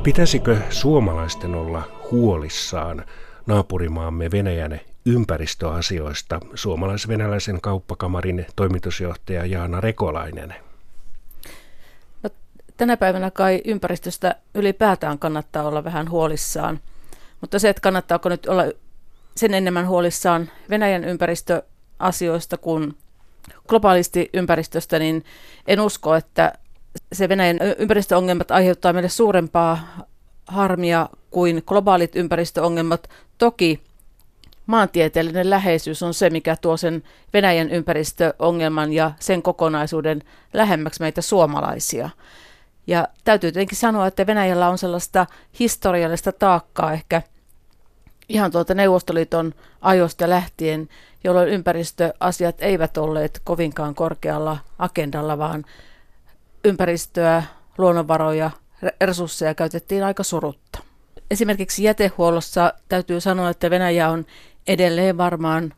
Pitäisikö suomalaisten olla huolissaan naapurimaamme Venäjän ympäristöasioista? Suomalais-venäläisen kauppakamarin toimitusjohtaja Jaana Rekolainen. No, tänä päivänä kai ympäristöstä ylipäätään kannattaa olla vähän huolissaan, mutta se, että kannattaako nyt olla sen enemmän huolissaan Venäjän ympäristöasioista kuin globaalisti ympäristöstä, niin en usko, että se Venäjän ympäristöongelmat aiheuttaa meille suurempaa harmia kuin globaalit ympäristöongelmat. Toki maantieteellinen läheisyys on se, mikä tuo sen Venäjän ympäristöongelman ja sen kokonaisuuden lähemmäksi meitä suomalaisia. Ja täytyy tietenkin sanoa, että Venäjällä on sellaista historiallista taakkaa ehkä ihan tuolta Neuvostoliiton ajoista lähtien, jolloin ympäristöasiat eivät olleet kovinkaan korkealla agendalla, vaan ympäristöä, luonnonvaroja, resursseja käytettiin aika surutta. Esimerkiksi jätehuollossa täytyy sanoa, että Venäjä on edelleen varmaan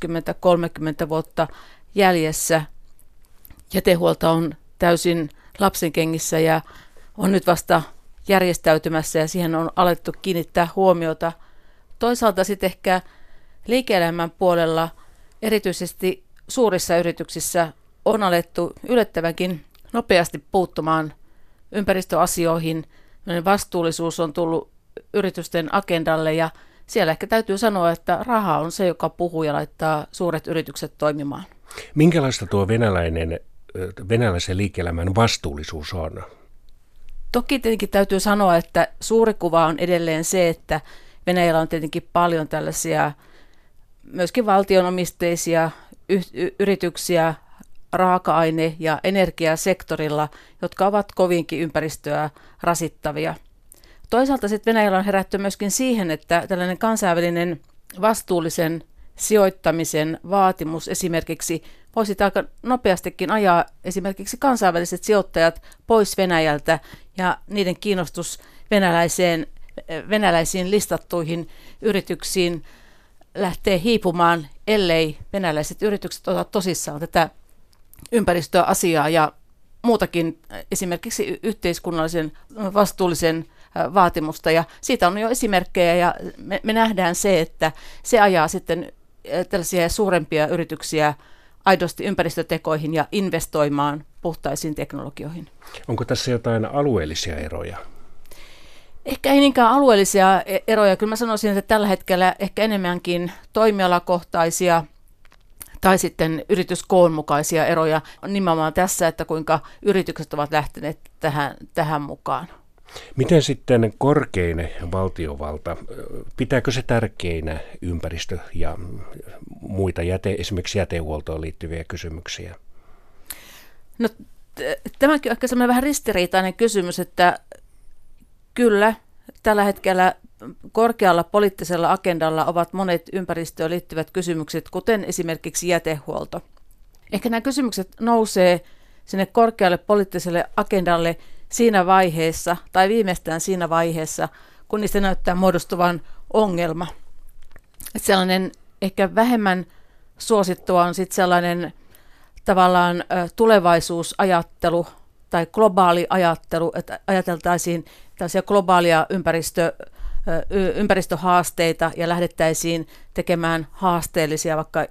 20-30 vuotta jäljessä. Jätehuolto on täysin lapsenkengissä ja on nyt vasta järjestäytymässä ja siihen on alettu kiinnittää huomiota. Toisaalta sitten ehkä liike-elämän puolella, erityisesti suurissa yrityksissä, on alettu yllättävänkin nopeasti puuttumaan ympäristöasioihin. Vastuullisuus on tullut yritysten agendalle ja siellä ehkä täytyy sanoa, että raha on se, joka puhuu ja laittaa suuret yritykset toimimaan. Minkälaista tuo venäläisen liike-elämän vastuullisuus on? Toki tietenkin täytyy sanoa, että suuri kuva on edelleen se, että Venäjällä on tietenkin paljon tällaisia myöskin valtionomisteisia yrityksiä raaka-aine- ja energiasektorilla, jotka ovat kovinkin ympäristöä rasittavia. Toisaalta sitten Venäjällä on herätty myöskin siihen, että tällainen kansainvälinen vastuullisen sijoittamisen vaatimus esimerkiksi voisi aika nopeastikin ajaa esimerkiksi kansainväliset sijoittajat pois Venäjältä ja niiden kiinnostus venäläisiin listattuihin yrityksiin lähtee hiipumaan, ellei venäläiset yritykset ota tosissaan tätä ympäristöasiaa ja muutakin esimerkiksi yhteiskunnallisen vastuullisen vaatimusta. Ja siitä on jo esimerkkejä ja me nähdään se, että se ajaa sitten tällaisia suurempia yrityksiä aidosti ympäristötekoihin ja investoimaan puhtaisiin teknologioihin. Onko tässä jotain alueellisia eroja? Ehkä ei niinkään alueellisia eroja. Kyllä mä sanoisin, että tällä hetkellä ehkä enemmänkin toimialakohtaisia tai sitten yrityskoon mukaisia eroja on nimenomaan tässä, että kuinka yritykset ovat lähteneet tähän mukaan. Miten sitten korkein valtiovalta, pitääkö se tärkeinä ympäristö- ja muita esimerkiksi jätehuoltoon liittyviä kysymyksiä? No tämäkin on ehkä sellainen vähän ristiriitainen kysymys, että kyllä tällä hetkellä korkealla poliittisella agendalla ovat monet ympäristöön liittyvät kysymykset, kuten esimerkiksi jätehuolto. Ehkä nämä kysymykset nousee sinne korkealle poliittiselle agendalle siinä vaiheessa, tai viimeistään siinä vaiheessa, kun niistä näyttää muodostuvan ongelma. Että sellainen ehkä vähemmän suosittua on sitten sellainen tavallaan tulevaisuusajattelu tai globaali ajattelu, että ajateltaisiin tällaisia globaalia ympäristöhaasteita ja lähdettäisiin tekemään haasteellisia vaikka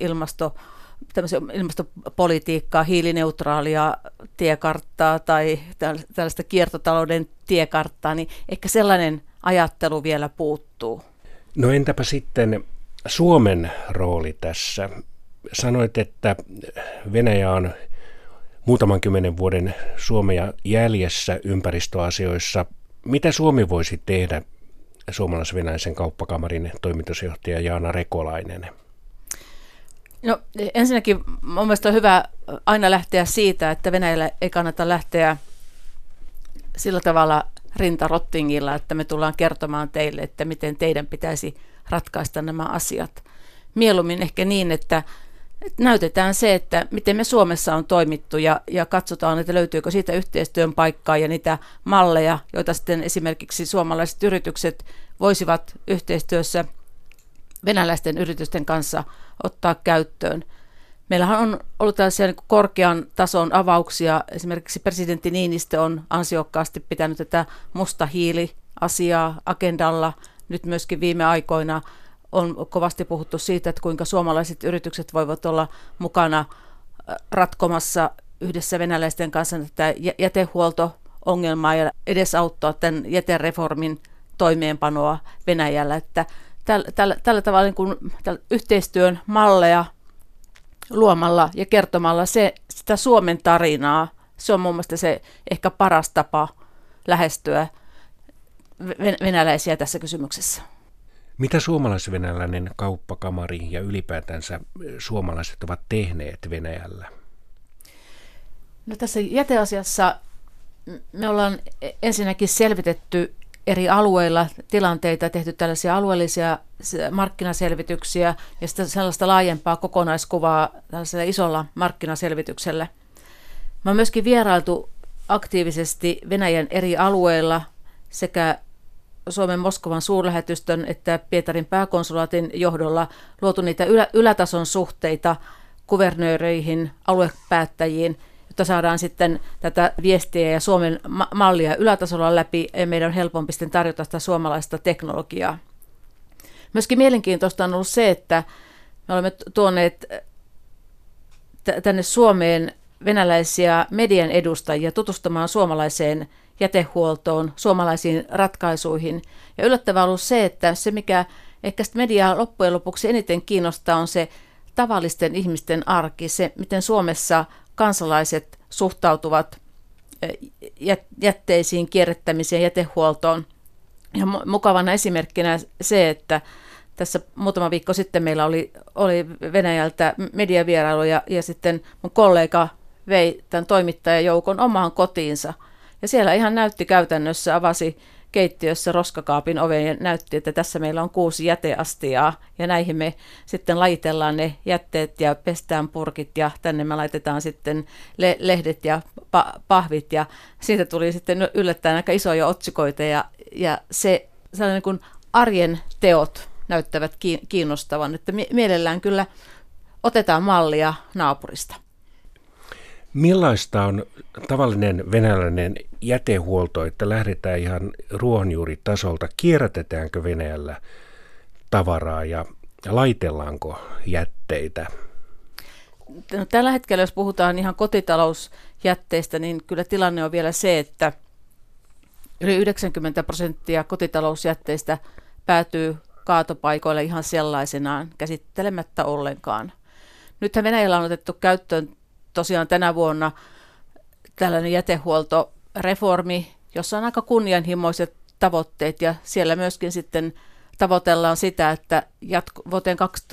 ilmastopolitiikkaa, hiilineutraalia tiekarttaa tai tällaista kiertotalouden tiekarttaa, niin ehkä sellainen ajattelu vielä puuttuu. No entäpä sitten Suomen rooli tässä? Sanoit, että Venäjä on muutaman kymmenen vuoden Suomea jäljessä ympäristöasioissa. Mitä Suomi voisi tehdä, suomalais-venäläisen kauppakamarin toimitusjohtaja Jaana Rekolainen? No ensinnäkin mun mielestä on hyvä aina lähteä siitä, että Venäjällä ei kannata lähteä sillä tavalla rintarottingilla, että me tullaan kertomaan teille, että miten teidän pitäisi ratkaista nämä asiat. Mieluummin ehkä niin, että näytetään se, että miten me Suomessa on toimittu ja katsotaan, että löytyykö siitä yhteistyön paikkaa ja niitä malleja, joita sitten esimerkiksi suomalaiset yritykset voisivat yhteistyössä venäläisten yritysten kanssa ottaa käyttöön. Meillähän on ollut tällaisia niin korkean tason avauksia. Esimerkiksi presidentti Niinistö on ansiokkaasti pitänyt tätä musta hiili asiaa agendalla. Nyt myöskin viime aikoina on kovasti puhuttu siitä, että kuinka suomalaiset yritykset voivat olla mukana ratkomassa yhdessä venäläisten kanssa tätä jätehuolto-ongelmaa ja edesauttaa tämän jätereformin toimeenpanoa Venäjällä. Että tällä tavalla niin kuin, yhteistyön malleja luomalla ja kertomalla sitä Suomen tarinaa, se on mun mielestä se ehkä paras tapa lähestyä venäläisiä tässä kysymyksessä. Mitä suomalais-venäläinen kauppakamari ja ylipäätänsä suomalaiset ovat tehneet Venäjällä? No tässä jäteasiassa me ollaan ensinnäkin selvitetty eri alueilla tilanteita, tehty tällaisia alueellisia markkinaselvityksiä ja sitten sellaista laajempaa kokonaiskuvaa tällaisella isolla markkinaselvityksellä. Me on myöskin vierailtu aktiivisesti Venäjän eri alueilla sekä Suomen Moskovan suurlähetystön että Pietarin pääkonsulaatin johdolla luotu niitä ylätason suhteita kuvernööreihin, aluepäättäjiin, jotta saadaan sitten tätä viestiä ja Suomen mallia ylätasolla läpi ja meidän on helpompi sitten tarjota sitä suomalaista teknologiaa. Myöskin mielenkiintoista on ollut se, että me olemme tuoneet tänne Suomeen venäläisiä median edustajia tutustumaan suomalaiseen jätehuoltoon, suomalaisiin ratkaisuihin. Ja yllättävää on ollut se, että se mikä ehkä mediaa loppujen lopuksi eniten kiinnostaa on se tavallisten ihmisten arki, se miten Suomessa kansalaiset suhtautuvat jätteisiin, kierrättämiseen, jätehuoltoon. Ja mukavana esimerkkinä se, että tässä muutama viikko sitten meillä oli Venäjältä mediavierailu ja sitten mun kollega vei tämän toimittajajoukon omaan kotiinsa. Ja siellä ihan näytti käytännössä, avasi keittiössä roskakaapin oven ja näytti, että tässä meillä on 6 jäteastiaa ja näihin me sitten lajitellaan ne jätteet ja pestään purkit ja tänne me laitetaan sitten lehdet ja pahvit ja siitä tuli sitten yllättäen aika isoja otsikoita ja se sellainen niin kuin arjen teot näyttävät kiinnostavan, että mielellään kyllä otetaan mallia naapurista. Millaista on tavallinen venäläinen jätehuolto, että lähdetään ihan ruohonjuuritasolta? Kierrätetäänkö Venäjällä tavaraa ja laitellaanko jätteitä? No, tällä hetkellä, jos puhutaan ihan kotitalousjätteistä, niin kyllä tilanne on vielä se, että yli 90% kotitalousjätteistä päätyy kaatopaikoille ihan sellaisenaan, käsittelemättä ollenkaan. Nythän Venäjällä on otettu käyttöön tosiaan tänä vuonna tällainen jätehuoltoreformi, jossa on aika kunnianhimoiset tavoitteet ja siellä myöskin sitten tavoitellaan sitä, että vuoteen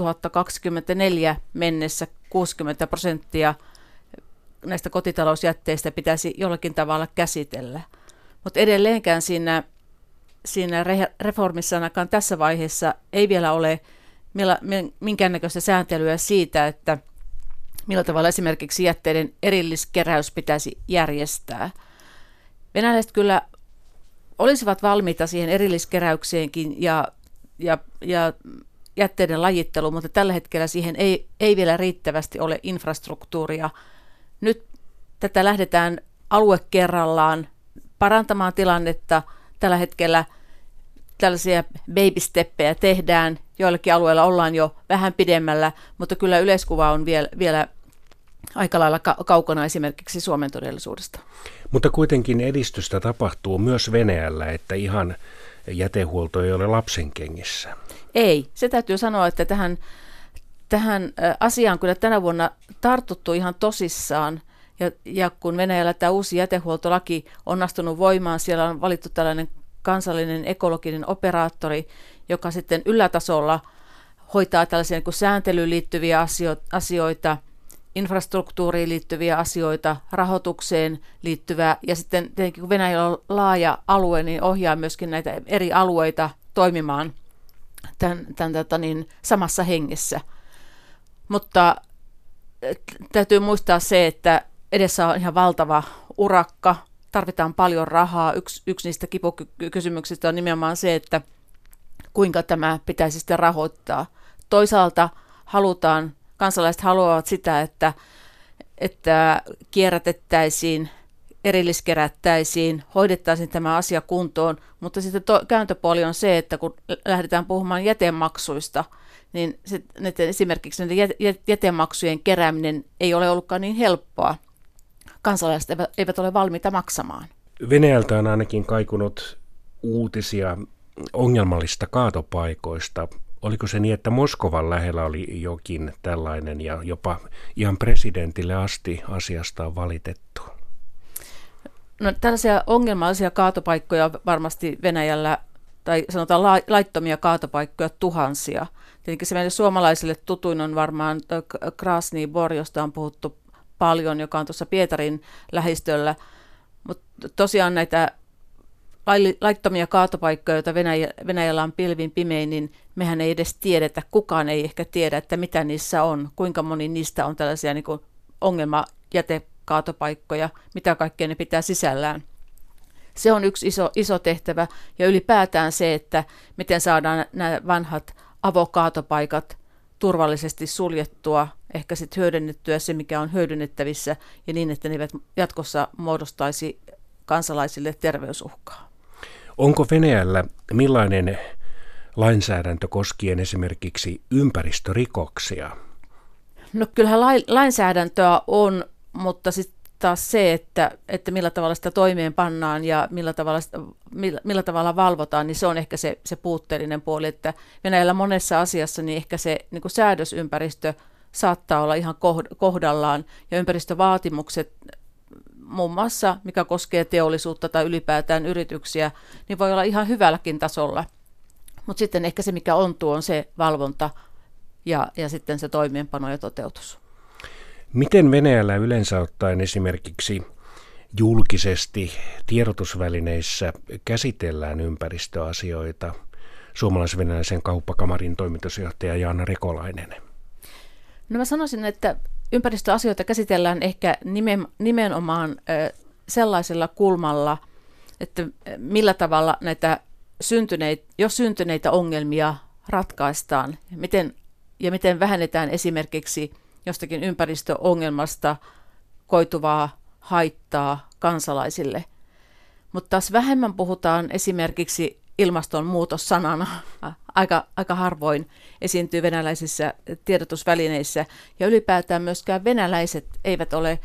2024 mennessä 60% näistä kotitalousjätteistä pitäisi jollakin tavalla käsitellä. Mutta edelleenkään siinä reformissa ainakaan tässä vaiheessa ei vielä ole minkäännäköistä sääntelyä siitä, että millä tavalla esimerkiksi jätteiden erilliskeräys pitäisi järjestää. Venäläiset kyllä olisivat valmiita siihen erilliskeräykseenkin ja jätteiden lajitteluun, mutta tällä hetkellä siihen ei vielä riittävästi ole infrastruktuuria. Nyt tätä lähdetään alue kerrallaan parantamaan tilannetta. Tällä hetkellä tällaisia baby steppejä tehdään. Joillakin alueilla ollaan jo vähän pidemmällä, mutta kyllä yleiskuva on vielä aika lailla kaukana esimerkiksi Suomen todellisuudesta. Mutta kuitenkin edistystä tapahtuu myös Venäjällä, että ihan jätehuolto ei ole lapsenkengissä. Ei, se täytyy sanoa, että tähän asiaan kyllä tänä vuonna tartuttu ihan tosissaan. Ja kun Venäjällä tämä uusi jätehuoltolaki on astunut voimaan, siellä on valittu tällainen kansallinen ekologinen operaattori, joka sitten ylätasolla hoitaa tällaisia niin kuin sääntelyyn liittyviä asioita, infrastruktuuriin liittyviä asioita, rahoitukseen liittyvää, ja sitten tietenkin kun Venäjällä on laaja alue, niin ohjaa myöskin näitä eri alueita toimimaan tämän samassa hengessä. Mutta täytyy muistaa se, että edessä on ihan valtava urakka, tarvitaan paljon rahaa. Yksi niistä kipukysymyksistä on nimenomaan se, että kuinka tämä pitäisi sitten rahoittaa. Toisaalta kansalaiset haluavat sitä, että kierrätettäisiin erilliskerättäisiin, hoidettaisiin tämä asia kuntoon, mutta sitten kääntöpuoli on se, että kun lähdetään puhumaan jätemaksuista, niin esimerkiksi jätemaksujen kerääminen ei ole ollutkaan niin helppoa. Kansalaiset eivät ole valmiita maksamaan. Venäjältä on ainakin kaikunut uutisia ongelmallista kaatopaikoista. Oliko se niin, että Moskovan lähellä oli jokin tällainen ja jopa ihan presidentille asti asiasta on valitettu? No, tällaisia ongelmallisia kaatopaikkoja varmasti Venäjällä, tai sanotaan laittomia kaatopaikkoja tuhansia. Tietenkin se meille suomalaisille tutuin on varmaan Krasny Bor, josta on puhuttu paljon, joka on tuossa Pietarin lähistöllä. Mutta tosiaan näitä laittomia kaatopaikkoja, joita Venäjällä on pilvin pimein, niin mehän ei edes tiedetä, kukaan ei ehkä tiedä, että mitä niissä on, kuinka moni niistä on tällaisia niin kuin ongelmajätekaatopaikkoja, mitä kaikkea ne pitää sisällään. Se on yksi iso tehtävä ja ylipäätään se, että miten saadaan nämä vanhat avokaatopaikat turvallisesti suljettua, ehkä sitten hyödynnettyä se, mikä on hyödynnettävissä ja niin, että ne eivät jatkossa muodostaisi kansalaisille terveysuhkaa. Onko Venäjällä millainen lainsäädäntö koskien esimerkiksi ympäristörikoksia? No kyllähän lainsäädäntöä on, mutta sitten taas se, että millä tavalla sitä toimeenpannaan ja millä tavalla valvotaan, niin se on ehkä se puutteellinen puoli, että Venäjällä monessa asiassa niin ehkä se niin kuin säädösympäristö saattaa olla ihan kohdallaan ja ympäristövaatimukset muun muassa, mikä koskee teollisuutta tai ylipäätään yrityksiä, niin voi olla ihan hyvälläkin tasolla. Mutta sitten ehkä se, mikä ontuu, on se valvonta ja sitten se toimeenpano ja toteutus. Miten Venäjällä yleensä ottaen esimerkiksi julkisesti tiedotusvälineissä käsitellään ympäristöasioita? Suomalais-venäläisen kauppakamarin toimitusjohtaja Jaana Rekolainen. No mä sanoisin, että ympäristöasioita käsitellään ehkä nimenomaan sellaisella kulmalla, että millä tavalla näitä syntyneitä ongelmia ratkaistaan ja miten vähennetään esimerkiksi jostakin ympäristöongelmasta koituvaa haittaa kansalaisille. Mutta taas vähemmän puhutaan esimerkiksi ilmastonmuutos-sanana. Aika harvoin esiintyy venäläisissä tiedotusvälineissä ja ylipäätään myöskään venäläiset eivät ole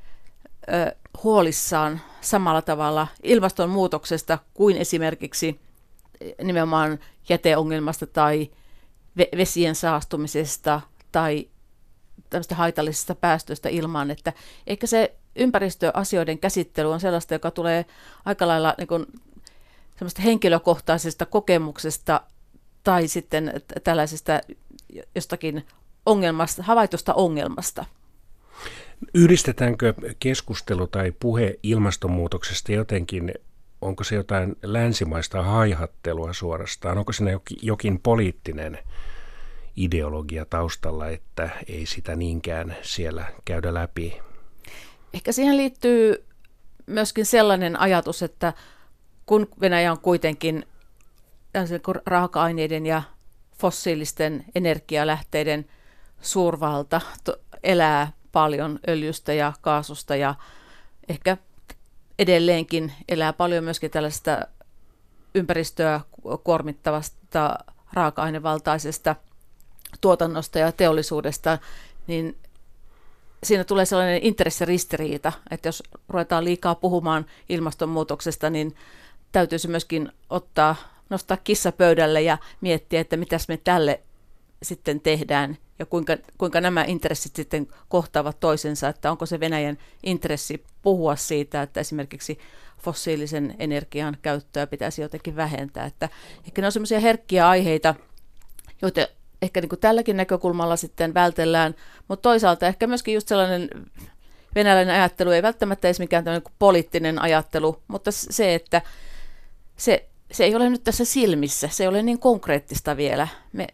huolissaan samalla tavalla ilmastonmuutoksesta kuin esimerkiksi nimenomaan jäteongelmasta tai vesien saastumisesta tai tämmöistä haitallisista päästöistä ilmaan, että ehkä se ympäristöasioiden käsittely on sellaista, joka tulee aika lailla niin kuin semmoista henkilökohtaisesta kokemuksesta tai sitten tällaisesta jostakin havaitusta ongelmasta. Yhdistetäänkö keskustelu tai puhe ilmastonmuutoksesta jotenkin, onko se jotain länsimaista haihattelua suorastaan, onko siinä jokin poliittinen ideologia taustalla, että ei sitä niinkään siellä käydä läpi? Ehkä siihen liittyy myöskin sellainen ajatus, että kun Venäjä on kuitenkin raaka-aineiden ja fossiilisten energialähteiden suurvalta, elää paljon öljystä ja kaasusta ja ehkä edelleenkin elää paljon myöskin tällaista ympäristöä kuormittavasta raaka-ainevaltaisesta tuotannosta ja teollisuudesta, niin siinä tulee sellainen intressiristiriita, että jos ruvetaan liikaa puhumaan ilmastonmuutoksesta, niin täytyisi myöskin nostaa kissa pöydälle ja miettiä, että mitäs me tälle sitten tehdään ja kuinka nämä intressit sitten kohtaavat toisensa, että onko se Venäjän intressi puhua siitä, että esimerkiksi fossiilisen energian käyttöä pitäisi jotenkin vähentää. Että ehkä ne on sellaisia herkkiä aiheita, joita ehkä niin kuin tälläkin näkökulmalla sitten vältellään, mutta toisaalta ehkä myöskin just sellainen venäläinen ajattelu, ei välttämättä edes mikään tämmöinen poliittinen ajattelu, mutta se, että se ei ole nyt tässä silmissä, se ei ole niin konkreettista vielä.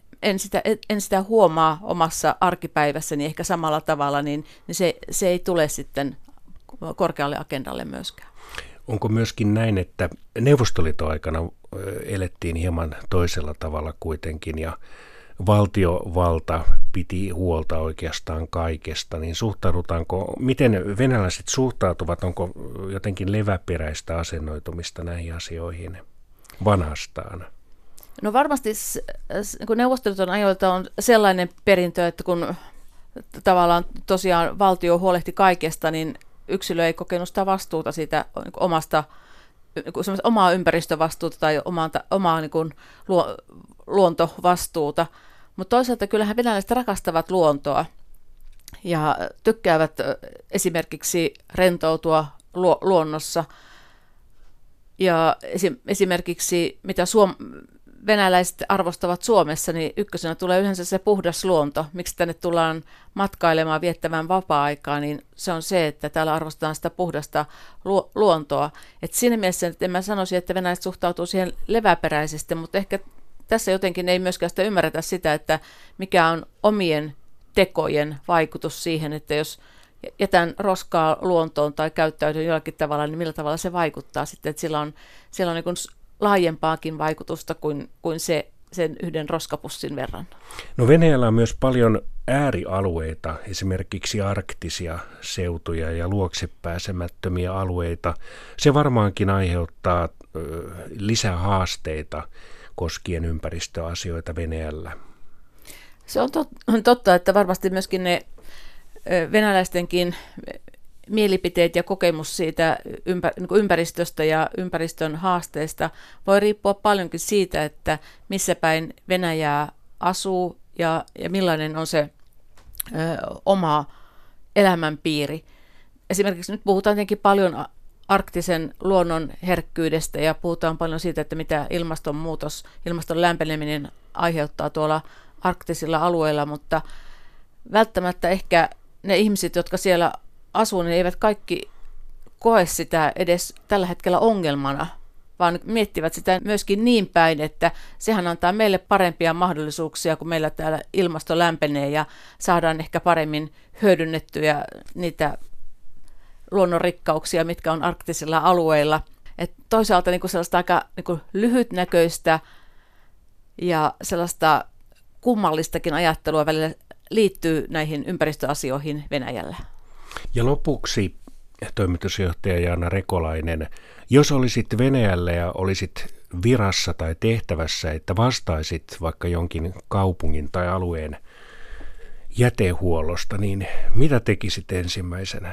En sitä huomaa omassa arkipäivässäni ehkä samalla tavalla, niin se ei tule sitten korkealle agendalle myöskään. Onko myöskin näin, että Neuvostoliiton aikana elettiin hieman toisella tavalla kuitenkin ja valtiovalta piti huolta oikeastaan kaikesta, niin miten venäläiset suhtautuvat, onko jotenkin leväperäistä asennoitumista näihin asioihin vanhastaan? No varmasti kun Neuvostoliiton ajoilta on sellainen perintö, että kun tavallaan tosiaan valtio huolehti kaikesta, niin yksilö ei kokenut sitä vastuuta siitä omaa ympäristövastuuta tai omaa niin kuin luontovastuuta. Mutta toisaalta kyllähän venäläiset rakastavat luontoa ja tykkäävät esimerkiksi rentoutua luonnossa. Ja esimerkiksi mitä venäläiset arvostavat Suomessa, niin ykkösenä tulee yleensä se puhdas luonto. Miksi tänne tullaan matkailemaan, viettämään vapaa-aikaa, niin se on se, että täällä arvostetaan sitä puhdasta luontoa. Et siinä mielessä en mä sanoisi, että venäläiset suhtautuu siihen leväperäisesti, mutta ehkä tässä jotenkin ei myöskään sitä ymmärretä sitä, että mikä on omien tekojen vaikutus siihen, että jos jätän roskaa luontoon tai käyttäydyn jollakin tavalla, niin millä tavalla se vaikuttaa sitten, että sillä on niin kuin laajempaakin vaikutusta kuin sen yhden roskapussin verran. No Venäjällä on myös paljon äärialueita, esimerkiksi arktisia seutuja ja luokse pääsemättömiä alueita. Se varmaankin aiheuttaa lisää haasteita koskien ympäristöasioita Venäjällä. Se on totta, että varmasti myöskin ne venäläistenkin mielipiteet ja kokemus siitä ympäristöstä ja ympäristön haasteista voi riippua paljonkin siitä, että missä päin Venäjää asuu ja millainen on se oma elämänpiiri. Esimerkiksi nyt puhutaan tietenkin paljon arktisen luonnon herkkyydestä ja puhutaan paljon siitä, että mitä ilmastonmuutos, ilmaston lämpeneminen aiheuttaa tuolla arktisilla alueilla, mutta välttämättä ehkä ne ihmiset, jotka siellä asuu, niin eivät kaikki koe sitä edes tällä hetkellä ongelmana, vaan miettivät sitä myöskin niin päin, että sehän antaa meille parempia mahdollisuuksia, kun meillä täällä ilmasto lämpenee ja saadaan ehkä paremmin hyödynnettyä niitä luonnonrikkauksia, mitkä on arktisilla alueilla. Et toisaalta niin kuin sellaista aika niin kuin lyhytnäköistä ja sellaista kummallistakin ajattelua välillä liittyy näihin ympäristöasioihin Venäjällä. Ja lopuksi toimitusjohtaja Jaana Rekolainen, jos olisit Venäjällä ja olisit virassa tai tehtävässä, että vastaisit vaikka jonkin kaupungin tai alueen jätehuollosta, niin mitä tekisit ensimmäisenä?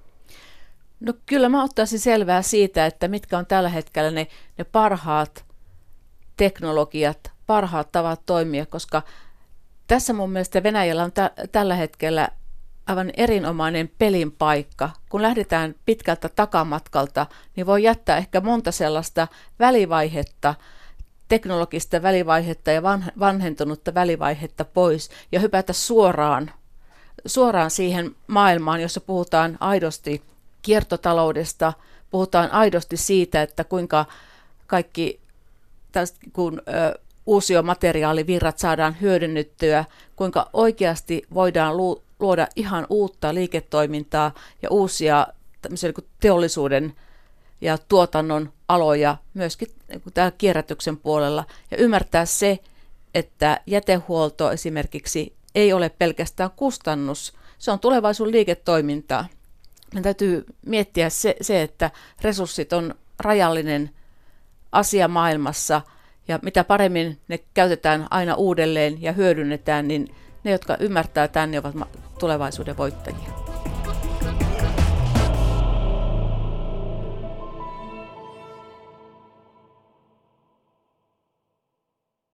No kyllä mä ottaisin selvää siitä, että mitkä on tällä hetkellä ne parhaat teknologiat, parhaat tavat toimia, koska tässä mun mielestä Venäjällä on tällä hetkellä aivan erinomainen pelin paikka. Kun lähdetään pitkältä takamatkalta, niin voi jättää ehkä monta sellaista välivaihetta, teknologista välivaihetta ja vanhentunutta välivaihetta pois ja hypätä suoraan siihen maailmaan, jossa puhutaan aidosti kiertotaloudesta, puhutaan aidosti siitä, että kuinka kaikki kun uusiomateriaalivirrat saadaan hyödynnettyä, kuinka oikeasti voidaan luoda ihan uutta liiketoimintaa ja uusia teollisuuden ja tuotannon aloja myöskin täällä kierrätyksen puolella ja ymmärtää se, että jätehuolto esimerkiksi ei ole pelkästään kustannus, se on tulevaisuuden liiketoimintaa. Meidän täytyy miettiä se, että resurssit on rajallinen asia maailmassa ja mitä paremmin ne käytetään aina uudelleen ja hyödynnetään, niin ne, jotka ymmärtää tämän, ne ovat tulevaisuuden voittajia.